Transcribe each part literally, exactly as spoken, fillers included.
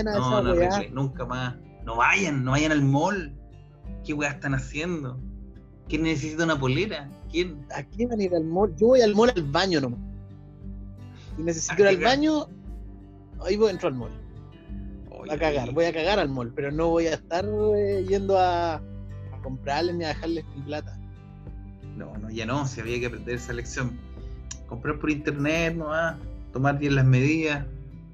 vayan a no, esa no weá. arreglé, nunca más. No vayan, no vayan al mall. ¿Qué weá están haciendo? ¿Quién necesita una polera? ¿Quién? ¿A qué van a ir al mall? Yo voy al mall al baño nomás. Si necesito ir al baño, ahí voy, entro al mall. Oye, A cagar, oye. voy a cagar al mall, pero no voy a estar eh, yendo a, a comprarles ni a dejarles mi plata. No, no, ya no, si había que aprender esa lección. Comprar por internet, no va, tomar bien las medidas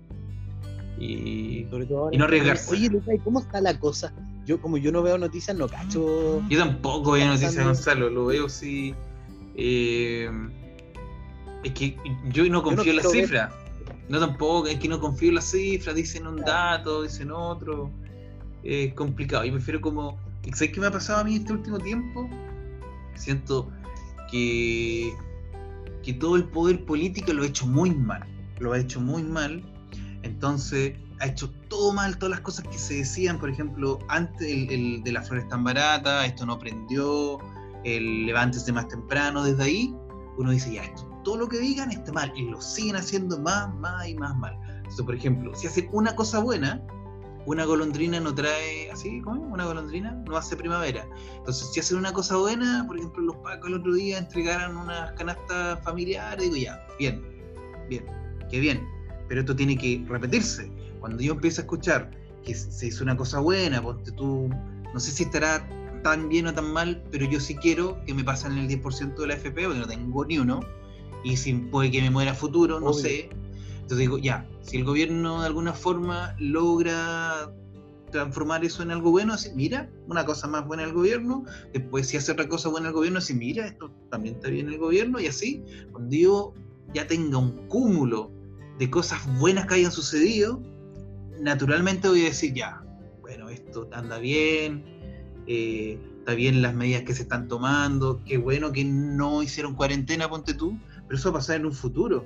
y, Sobre todo ahora y no en pandemia. arriesgarse. Oye, Lucas, ¿y cómo está la cosa? Yo, como yo no veo noticias, no cacho. Yo tampoco veo noticias, pasando? Gonzalo, lo veo sí. Eh, es que yo no confío Yo no en las quiero cifras. No tampoco, es que no confío en las cifras, dicen un Claro. dato, dicen otro. Es complicado. Yo prefiero como. ¿Sabes qué me ha pasado a mí este último tiempo? Siento que, que todo el poder político lo ha hecho muy mal. Lo ha hecho muy mal. Entonces, ha hecho todo mal, todas las cosas que se decían, por ejemplo, antes el, el de las flores tan baratas, esto no prendió, el levántese más temprano, desde ahí uno dice, ya, esto, todo lo que digan está mal, y lo siguen haciendo más, más y más mal. Entonces, por ejemplo, si hacen una cosa buena, una golondrina no trae, así, ¿cómo? Una golondrina no hace primavera. Entonces, si hacen una cosa buena, por ejemplo, los pacos el otro día entregaran unas canastas familiares, digo, ya, bien, bien, qué bien. Pero esto tiene que repetirse. Cuando yo empiezo a escuchar que se hizo una cosa buena, ponte tú, no sé si estará tan bien o tan mal, pero yo sí quiero que me pasen el diez por ciento de la F P, porque no tengo ni uno, y si puede que me muera a futuro, no Obvio. sé. Entonces digo, ya, si el gobierno de alguna forma logra transformar eso en algo bueno, así, mira, una cosa más buena del gobierno, después si hace otra cosa buena el gobierno, así, mira, esto también está bien el gobierno, y así, cuando yo ya tenga un cúmulo de cosas buenas que hayan sucedido, naturalmente voy a decir, ya, bueno, esto anda bien, eh, está bien las medidas que se están tomando, qué bueno que no hicieron cuarentena, ponte tú, pero eso va a pasar en un futuro.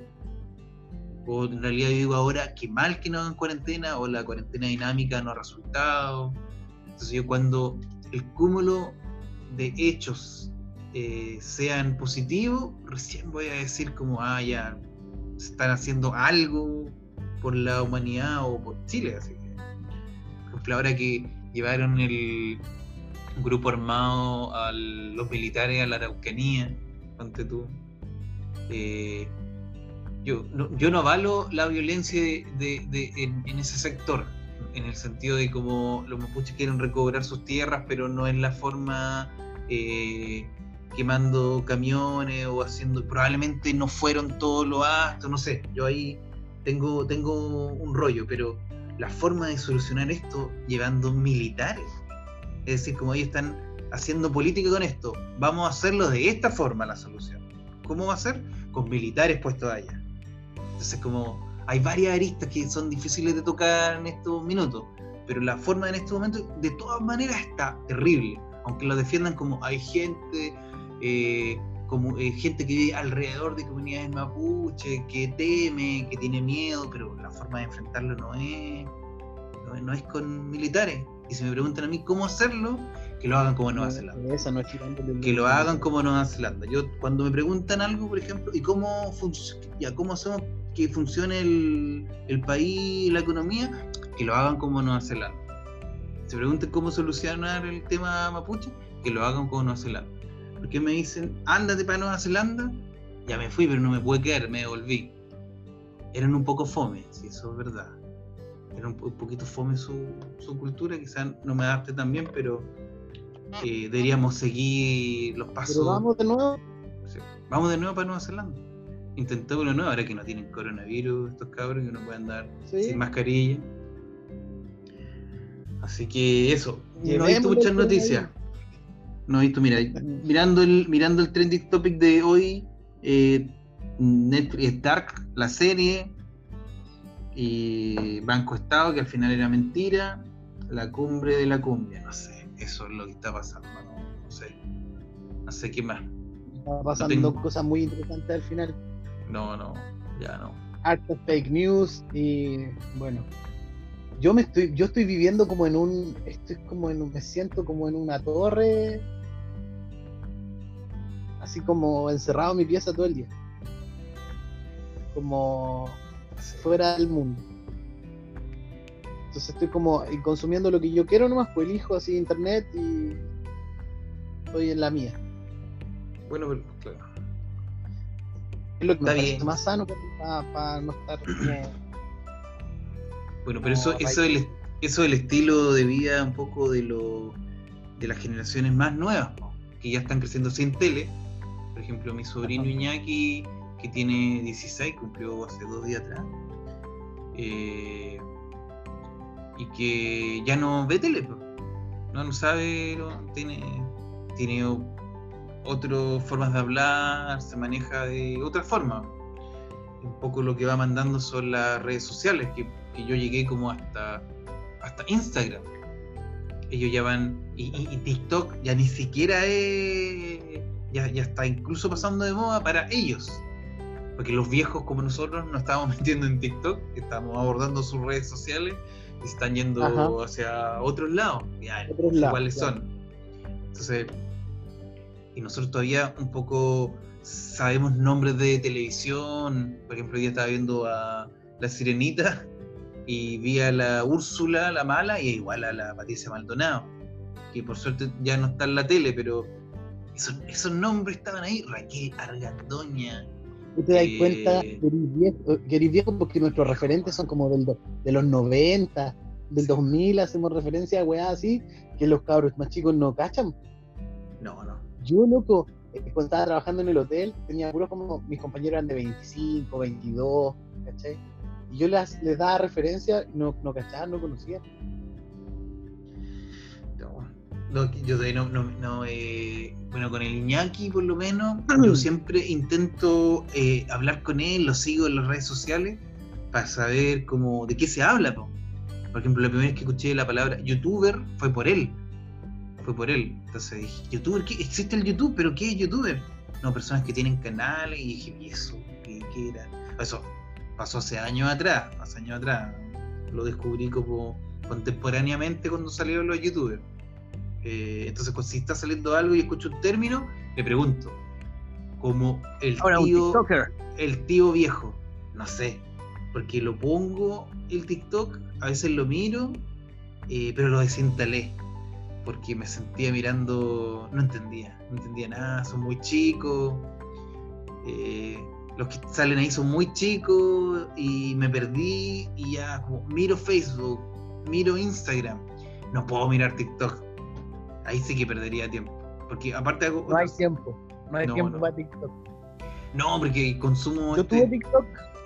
O en realidad yo digo ahora, qué mal que no hagan cuarentena, o la cuarentena dinámica no ha resultado. Entonces yo cuando el cúmulo de hechos eh, sean positivos, recién voy a decir como, ah, ya, se están haciendo algo por la humanidad o por Chile, así que, por ejemplo, ahora que llevaron el grupo armado a los militares a la Araucanía, ponte tú, eh, yo, no, yo no avalo la violencia de, de, de, en, en ese sector, en el sentido de como los mapuches quieren recobrar sus tierras, pero no en la forma eh, quemando camiones o haciendo, probablemente no fueron todos los actos, no sé, yo ahí tengo, tengo un rollo, pero la forma de solucionar esto llevando militares, es decir, como ellos están haciendo política con esto, vamos a hacerlo de esta forma la solución. ¿Cómo va a ser? Con militares puestos allá. Entonces, como hay varias aristas que son difíciles de tocar en estos minutos, pero la forma en este momento, de todas maneras, está terrible. Aunque lo defiendan como hay gente, eh, como eh, gente que vive alrededor de comunidades mapuche, que teme, que tiene miedo, pero la forma de enfrentarlo no es, no es, no es con militares. Y si me preguntan a mí cómo hacerlo, que lo hagan como en Nueva Zelanda. Esa no es Que lo hagan como en Nueva Zelanda. Yo, cuando me preguntan algo, por ejemplo, ¿y cómo, func- ya, cómo hacemos que funcione el, el país, la economía? Que lo hagan como en Nueva Zelanda. Se preguntan cómo solucionar el tema mapuche, que lo hagan como en Nueva Zelanda. Porque me dicen, ándate para Nueva Zelanda, ya me fui, pero no me pude quedar, me devolví. Eran un poco fome, si eso es verdad. Era un, un poquito fome su, su cultura, quizás no me adapte tan bien, pero eh, deberíamos seguir los pasos. Pero vamos de nuevo. Sí. Vamos de nuevo para Nueva Zelanda. Intentemos de nuevo, ahora que no tienen coronavirus estos cabros, que no pueden andar sí. sin mascarilla. Así que eso. No he visto muchas noticias. No he visto, mira, mirando el, mirando el trending topic de hoy, eh, Netflix Dark, la serie, y Banco Estado, que al final era mentira, la cumbre de la cumbia, no sé, eso es lo que está pasando, no, no sé, no sé qué más. Está pasando no tengo... cosas muy interesantes al final. No, no, ya no. Harta fake news y bueno, yo me estoy, yo estoy viviendo como en un, estoy como en un, me siento como en una torre, así como encerrado en mi pieza todo el día, como fuera del mundo. Entonces estoy como consumiendo lo que yo quiero nomás, pues elijo así internet y estoy en la mía. Bueno, pero, claro. Es lo que Está me parece bien. más sano para pa no estar como... Bueno, pero eso, como eso, del, eso del estilo de vida un poco de, lo, de las generaciones más nuevas, ¿no? Que ya están creciendo sin tele. Por ejemplo, mi sobrino Ajá. Iñaki, que tiene dieciséis, cumplió hace dos días atrás, eh, y que ya no ve tele, pues. No, no sabe, no, tiene, tiene otras formas de hablar, se maneja de otra forma. Un poco lo que va mandando son las redes sociales, que, que yo llegué como hasta, hasta Instagram. Ellos ya van, y, y, y TikTok ya ni siquiera es, ya, ya está incluso pasando de moda para ellos. Porque los viejos como nosotros nos estábamos metiendo en TikTok, estamos abordando sus redes sociales y están yendo Ajá. hacia otros lados. Ya, Otros no sé lados, cuáles claro. son. Entonces, y nosotros todavía un poco sabemos nombres de televisión. Por ejemplo, hoy día estaba viendo a La Sirenita y vi a la Úrsula, la mala, y igual a la Patricia Maldonado, que por suerte ya no está en la tele, pero esos, esos nombres estaban ahí. Raquel Argandoña. Tú te das cuenta Eh, que eres viejo, que eres viejo porque nuestros referentes son como del do, de los noventa, del sí. dos mil, hacemos referencia a weá así, que los cabros más chicos no cachan. No, no. Yo, loco, cuando estaba trabajando en el hotel, tenía puros como mis compañeros eran de veinticinco, veintidós, ¿cachai? Y yo les, les daba referencia, no, no cachaban, no conocían. No, no, yo todavía no, no, no eh, bueno, con el Iñaki por lo menos, yo siempre intento eh, hablar con él, lo sigo en las redes sociales para saber cómo, de qué se habla, po. Por ejemplo, la primera vez que escuché la palabra youtuber fue por él, fue por él. Entonces dije, youtuber, ¿qué? ¿Existe el YouTube? ¿Pero qué es youtuber? No, personas que tienen canales, y dije, ¿y eso? ¿Qué, qué era? Eso pasó hace años atrás, hace años atrás, lo descubrí como contemporáneamente cuando salieron los youtubers. Eh, entonces, si está saliendo algo y escucho un término, le pregunto, como el Ahora, un tío, TikToker. el tío viejo, no sé, porque lo pongo el TikTok, a veces lo miro, eh, pero lo desinstalé, porque me sentía mirando, no entendía, no entendía nada, son muy chicos, eh, los que salen ahí son muy chicos y me perdí y ya como miro Facebook, miro Instagram, no puedo mirar TikTok. Ahí sí que perdería tiempo. Porque aparte hago. No hay tiempo. No hay no, tiempo no. para TikTok. No, porque consumo. Yo este... tuve TikTok.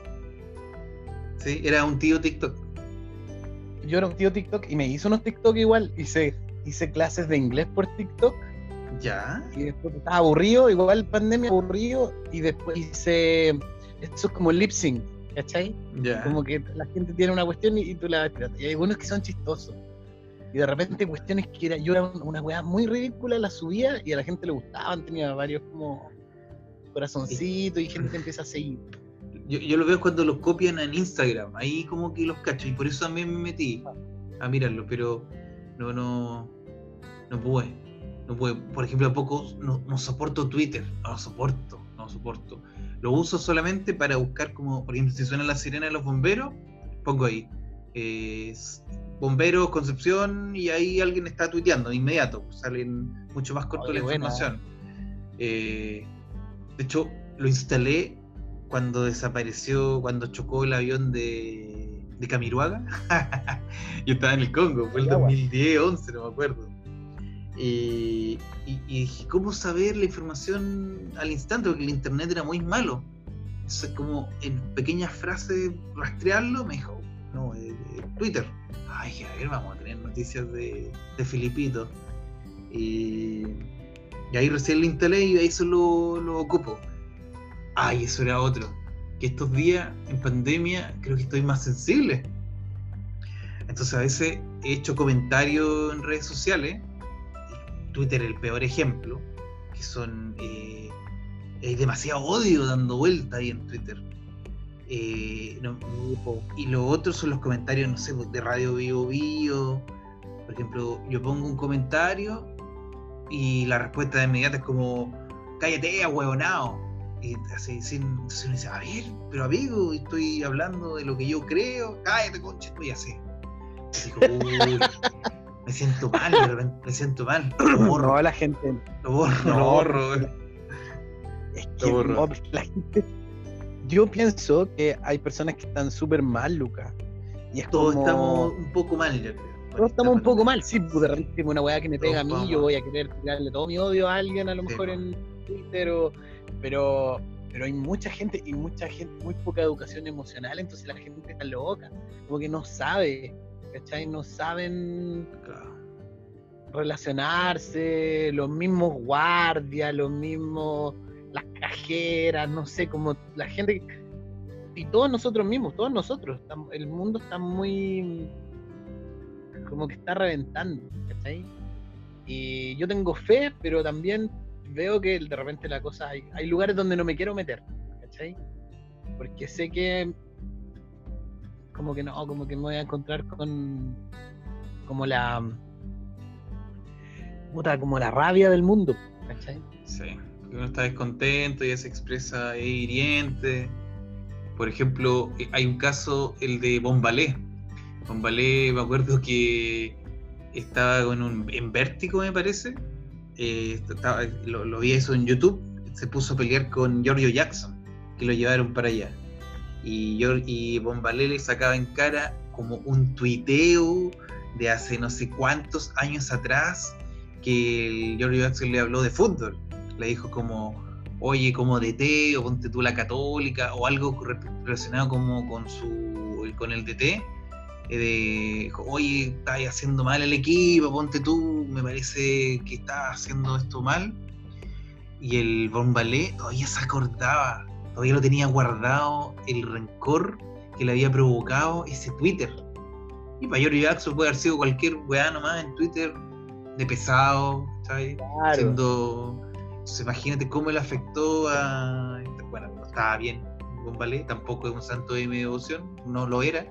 Sí, era un tío TikTok. Yo era un tío TikTok y me hice unos TikTok igual. Hice, hice clases de inglés por TikTok. Ya. Y después estaba aburrido, igual pandemia aburrido. Y después hice. Esto es como lip sync, ¿cachai? Ya. Como que la gente tiene una cuestión y, y tú la vas tirando. Y hay algunos que son chistosos. Y de repente cuestiones que era, yo era una weá muy ridícula, la subía y a la gente le gustaban, tenía varios como corazoncitos y gente que empieza a seguir. Yo, yo lo veo cuando los copian en Instagram, ahí como que los cacho, y por eso también me metí a mirarlo, pero no, no, no pude, no pude. Por ejemplo, a poco no, no soporto Twitter, no lo soporto, no lo soporto. Lo uso solamente para buscar como, por ejemplo, si suena la sirena de los bomberos, pongo ahí. Eh, Bomberos, Concepción, y ahí alguien está tuiteando de inmediato, salen mucho más corto oh, la información. Eh, de hecho, lo instalé cuando desapareció, cuando chocó el avión de, de Camiruaga. Yo estaba en el Congo, fue el dos mil diez, once, no me acuerdo. Y, y, y dije, ¿cómo saber la información al instante? Porque el internet era muy malo. Entonces, como en pequeñas frases rastrearlo, me dijo, no, eh, Twitter. Ay, a ver, vamos a tener noticias de, de Filipito. Y, y ahí recién lo instalé y ahí solo lo ocupo. Ay, eso era otro. Que estos días, en pandemia, creo que estoy más sensible. Entonces a veces he hecho comentarios en redes sociales. Twitter el peor ejemplo. Que son... Eh, hay demasiado odio dando vuelta ahí en Twitter. Eh, no, y lo otro son los comentarios, no sé, de Radio Bio Bio. Por ejemplo, yo pongo un comentario y la respuesta de inmediata es como, cállate, ahueonao. Y así, sin, entonces uno dice, a ver, pero amigo, estoy hablando de lo que yo creo, cállate, concha, y así. Digo, uy, me siento mal, de repente, me siento mal. Lo borro. No, la gente. Lo borro, No, lo borro. es que Lo borro. no, la gente. Yo pienso que hay personas que están súper mal, Lucas. Y es Todos como. estamos un poco mal, yo creo. Todos estamos un poco mal, sí, pues de repente una weá que me pega a Todos mí, yo vamos. voy a querer tirarle todo mi odio a alguien, a lo Sí, mejor po. en Twitter, o, pero, pero hay mucha gente y mucha gente, muy poca educación emocional, entonces la gente está loca, como que no sabe, ¿cachai? No saben Claro. relacionarse, los mismos guardias, los mismos, las cajeras, no sé, como la gente, y todos nosotros mismos, todos nosotros, estamos- el mundo está muy, como que está reventando, ¿cachai? Y yo tengo fe, pero también veo que de repente la cosa, hay, hay lugares donde no me quiero meter, ¿cachai? Porque sé que como que no, como que me voy a encontrar con como la puta, como la rabia del mundo, ¿cachai? Sí, porque uno está descontento y ya se expresa, es hiriente. Por ejemplo, eh, hay un caso, el de Bombalé. Bombalé, me acuerdo que estaba con un, en Vértigo, me parece. Eh, estaba- lo, lo vi eso en YouTube. Se puso a pelear con Giorgio Jackson, que lo llevaron para allá. Y, Gior- y Bombalé le sacaba en cara como un tuiteo de hace no sé cuántos años atrás, que el Giorgio Jackson le habló de fútbol. Le dijo como, oye, como D T, o ponte tú la Católica, o algo re- relacionado como con su con el D T. eh, de, oye, estás haciendo mal el equipo, ponte tú, me parece que estás haciendo esto mal. Y el Bombalé todavía se acordaba, todavía lo tenía guardado el rencor que le había provocado ese Twitter. Y para Giorgio Jackson puede haber sido cualquier weá nomás en Twitter de pesado, ¿sabes? Claro. Siendo. Entonces, imagínate cómo le afectó a. Bueno, no estaba bien Bombalé, tampoco es un santo de mi devoción, no lo era,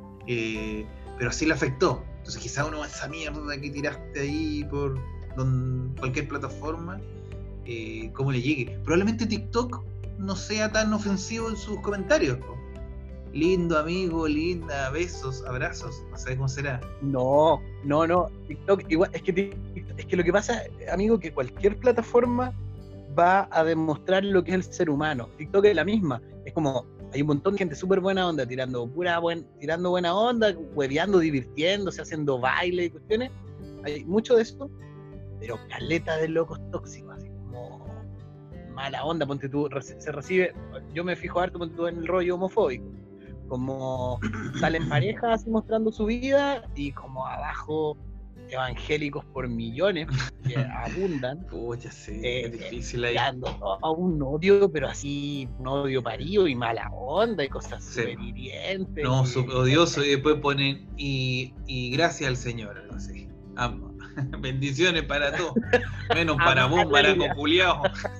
eh, pero así le afectó. Entonces, quizá uno, esa mierda que tiraste ahí por don, cualquier plataforma, eh, cómo le llegue. Probablemente TikTok no sea tan ofensivo en sus comentarios. Po. Lindo amigo, linda, besos, abrazos, no sé cómo será. No, no, no, TikTok igual, es que, TikTok, es que lo que pasa, amigo, que cualquier plataforma va a demostrar lo que es el ser humano. TikTok es la misma, es como, hay un montón de gente súper buena onda, tirando pura buen, tirando buena onda, hueveando, divirtiéndose, haciendo baile y cuestiones, hay mucho de eso, pero caleta de locos tóxicos, así como mala onda, ponte tú, se recibe, yo me fijo harto, ponte tú, en el rollo homofóbico, como salen parejas así mostrando su vida y como abajo evangélicos por millones que abundan. Oh, ya sé, eh, es difícil ahí. Dando a un odio, pero así un odio parido y mala onda y cosas Sí. súper hirientes. No, que, súper odioso, y después ponen y, y gracias al Señor, algo así. Am- bendiciones para todos, menos para vos, maraco culiao.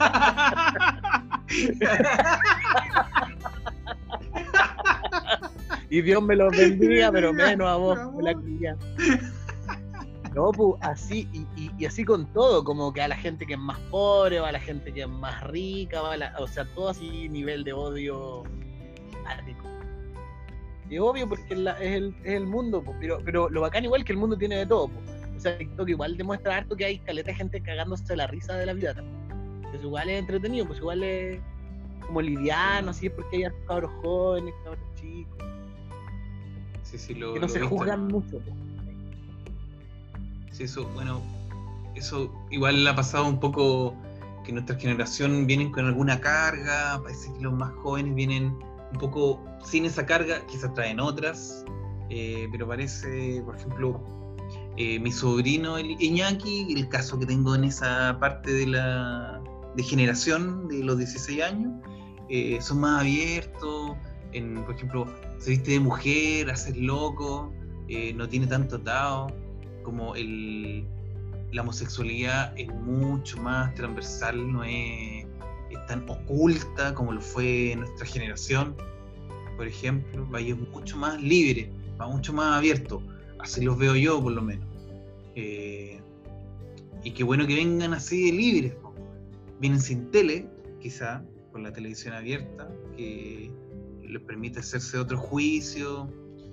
Y Dios me los bendiga, pero menos a vos, la culia. No, pues así, y, y, y así con todo, como que a la gente que es más pobre, o a la gente que es más rica, o, a la, o sea, todo así nivel de odio ático. Y obvio porque es, la, es, el, es el mundo, pues, pero, pero lo bacán igual que el mundo tiene de todo, pues. O sea, TikTok igual demuestra harto que hay caleta de gente cagándose la risa de la vida también. Pues igual es entretenido, pues igual es como liviano, así es porque hay hartos cabros jóvenes, cabros chicos. Sí, sí, lo, que no lo se viste, juzgan ¿no? mucho, pues. Sí, eso, bueno, eso igual ha pasado un poco, que nuestra generación vienen con alguna carga, parece que los más jóvenes vienen un poco sin esa carga, quizás traen otras, eh, pero parece, por ejemplo, eh, mi sobrino el Iñaki, el caso que tengo en esa parte de la de generación de los dieciséis años, eh, son más abiertos, en, por ejemplo, se viste de mujer, hace loco, eh, no tiene tanto atado, como el, la homosexualidad es mucho más transversal, no es, es tan oculta como lo fue nuestra generación, por ejemplo, va es mucho más libre, va mucho más abierto, así los veo yo por lo menos. Eh, y qué bueno que vengan así de libres, ¿no? Vienen sin tele, quizá, con la televisión abierta, que les permite hacerse otro juicio.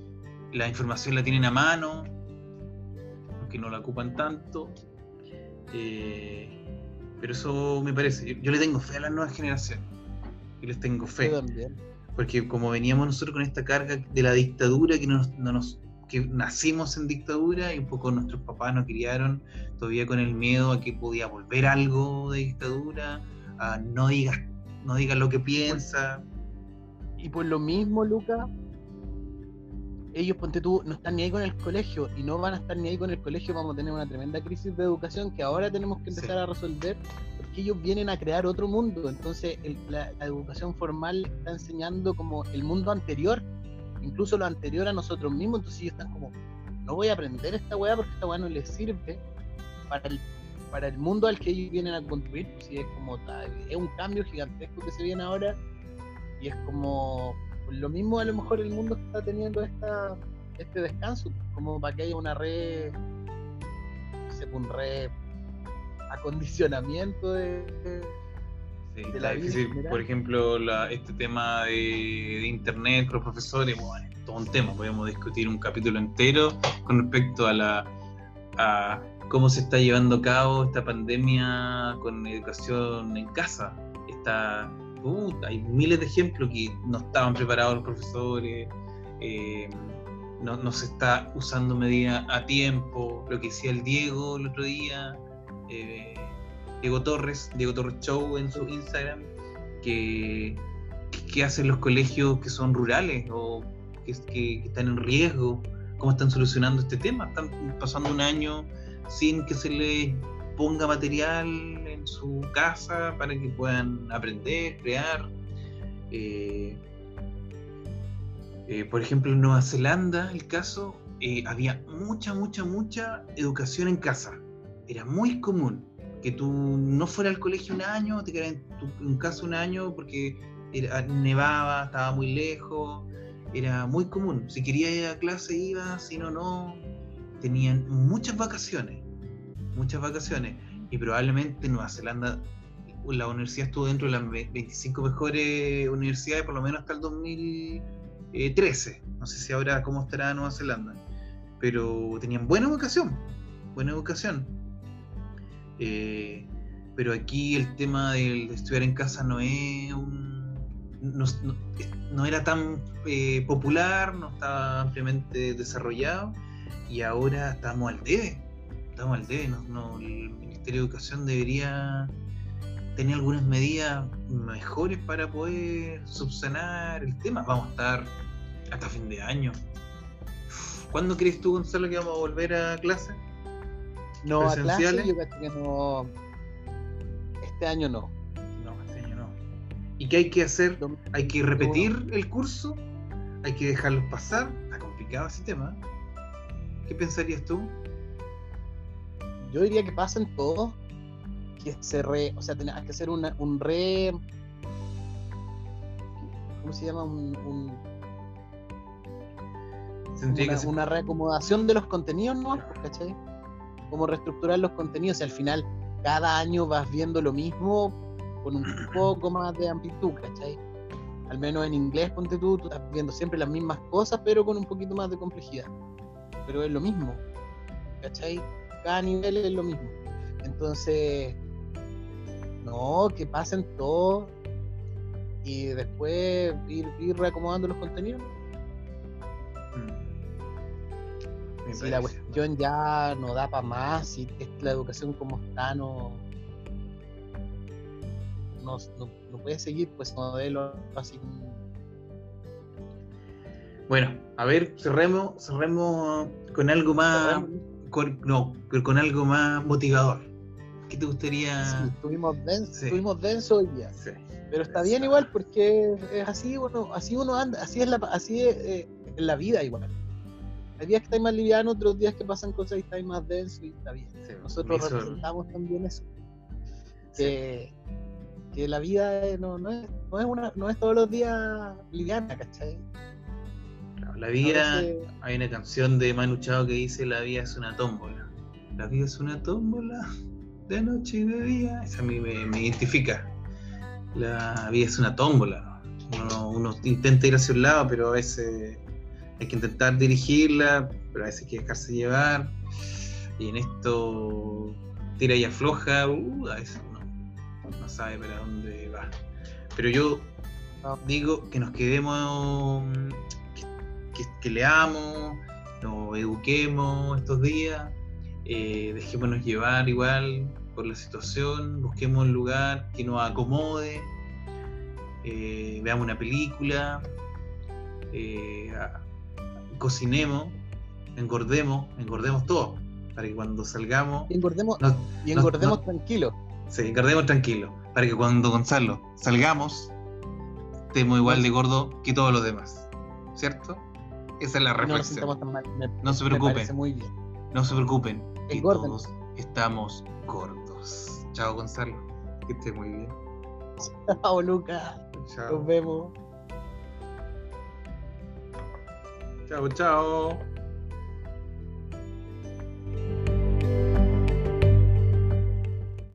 la información la tienen a mano, aunque no la ocupan tanto. Eh, pero eso me parece, yo, yo le tengo fe a las nuevas generaciones, yo les tengo fe. Yo también. Porque como veníamos nosotros con esta carga de la dictadura, que, nos, no nos, que nacimos en dictadura y un poco nuestros papás nos criaron todavía con el miedo a que podía volver algo de dictadura, a no digas no digas lo que piensa. Y por lo mismo, Luca, ellos, ponte tú, no están ni ahí con el colegio y no van a estar ni ahí con el colegio. Vamos a tener una tremenda crisis de educación que ahora tenemos que empezar sí. a resolver, porque ellos vienen a crear otro mundo. Entonces el, la, la educación formal está enseñando como el mundo anterior, incluso lo anterior a nosotros mismos. Entonces ellos están como, no voy a aprender esta weá porque esta weá no les sirve para el, para el mundo al que ellos vienen a construir. Pues, sí, es como, es un cambio gigantesco que se viene ahora, y es como lo mismo. A lo mejor el mundo está teniendo esta, este descanso, como para que haya una re, no sé, un re acondicionamiento de, de, sí, de la vida. Por ejemplo, la, este tema de, de internet con los profesores, bueno, es todo un tema. Podemos discutir un capítulo entero con respecto a la a cómo se está llevando a cabo esta pandemia con educación en casa. Está Uh, hay miles de ejemplos que no estaban preparados los profesores, eh, no, no se está usando medidas a tiempo. Lo que decía el Diego el otro día, eh, Diego Torres, Diego Torres Show en su Instagram, que, que hacen los colegios que son rurales o que, que, que están en riesgo, cómo están solucionando este tema. Están pasando un año sin que se les ponga material en su casa para que puedan aprender, crear. Eh, eh, por ejemplo, en Nueva Zelanda, el caso, eh, había mucha, mucha, mucha educación en casa. Era muy común que tú no fueras al colegio un año, te quedaras en, tu, en casa un año porque era, nevaba, estaba muy lejos. Era muy común. Si querías ir a clase, ibas, si no, no. Tenían muchas vacaciones. muchas vacaciones, y probablemente Nueva Zelanda, la universidad estuvo dentro de las veinticinco mejores universidades por lo menos hasta el dos mil trece. No sé si ahora cómo estará Nueva Zelanda, pero tenían buena educación, buena educación. Eh, pero aquí el tema de, de estudiar en casa no es un, no, no, no era tan eh, popular, no estaba ampliamente desarrollado, y ahora estamos al debe. Estamos al debe, no, no, el Ministerio de Educación debería tener algunas medidas mejores para poder subsanar el tema. Vamos a estar hasta fin de año. ¿Cuándo crees tú, Gonzalo, que vamos a volver a clase? No, a clase yo creo que no. Este año no. No, este año no. ¿Y qué hay que hacer? ¿Hay que repetir el curso? ¿Hay que dejarlos pasar? Está complicado ese tema. ¿Qué pensarías tú? Yo diría que pasen todos, que se re, o sea, hay que hacer una, un re, ¿cómo se llama? Un, un una, ser... una reacomodación de los contenidos, ¿no? ¿Cachai? Como reestructurar los contenidos, o sea, al final cada año vas viendo lo mismo con un poco más de amplitud, ¿cachai? Al menos en inglés, ponte tú, tú estás viendo siempre las mismas cosas, pero con un poquito más de complejidad. Pero es lo mismo, ¿cachai? Cada nivel es lo mismo. Entonces, no, que pasen todo y después ir, ir reacomodando los contenidos. Mm. Si la cuestión ya no da para más, si la educación como está no, no, no, no puede seguir pues modelo así. Bueno, a ver, cerremos, cerremos con algo más. ¿Cerremos? Con, no, pero con algo más motivador. ¿Qué te gustaría? Sí, estuvimos densos, sí. estuvimos densos hoy día. Sí. Pero está bien igual porque es así, bueno, así uno anda, así es la, así es, eh, en la vida igual. Hay días que estáis más liviano, otros días que pasan cosas y estáis más denso y está bien. Sí, Nosotros hizo... representamos también eso. Sí. Que, que la vida no, no, es, no, es una, no es todos los días liviana, ¿cachai? La vida, veces... hay una canción de Manu Chao que dice: la vida es una tómbola. La vida es una tómbola de noche y de día. Esa a mí me, me identifica. La vida es una tómbola. Uno, uno intenta ir hacia un lado, pero a veces hay que intentar dirigirla, pero a veces hay que dejarse llevar, y en esto tira y afloja, uh, a veces uno no sabe para dónde va. Pero yo No. digo que nos quedemos, que, que, que leamos, nos eduquemos estos días, eh, dejémonos llevar igual por la situación, busquemos un lugar que nos acomode, eh, veamos una película, eh, a, cocinemos, engordemos, engordemos todo, para que cuando salgamos... Y engordemos, nos, y engordemos nos, tranquilos. Sí, engordemos tranquilos, para que cuando, Gonzalo, salgamos, estemos igual de gordo que todos los demás, ¿cierto? Esa es la reflexión. No nos sintamos tan mal. Me, no se me preocupen, parece muy bien. no se preocupen, que Engorden. todos estamos gordos. Chao, Gonzalo, que estés muy bien. Chao, Lucas. Chao. Nos vemos. Chao, chao.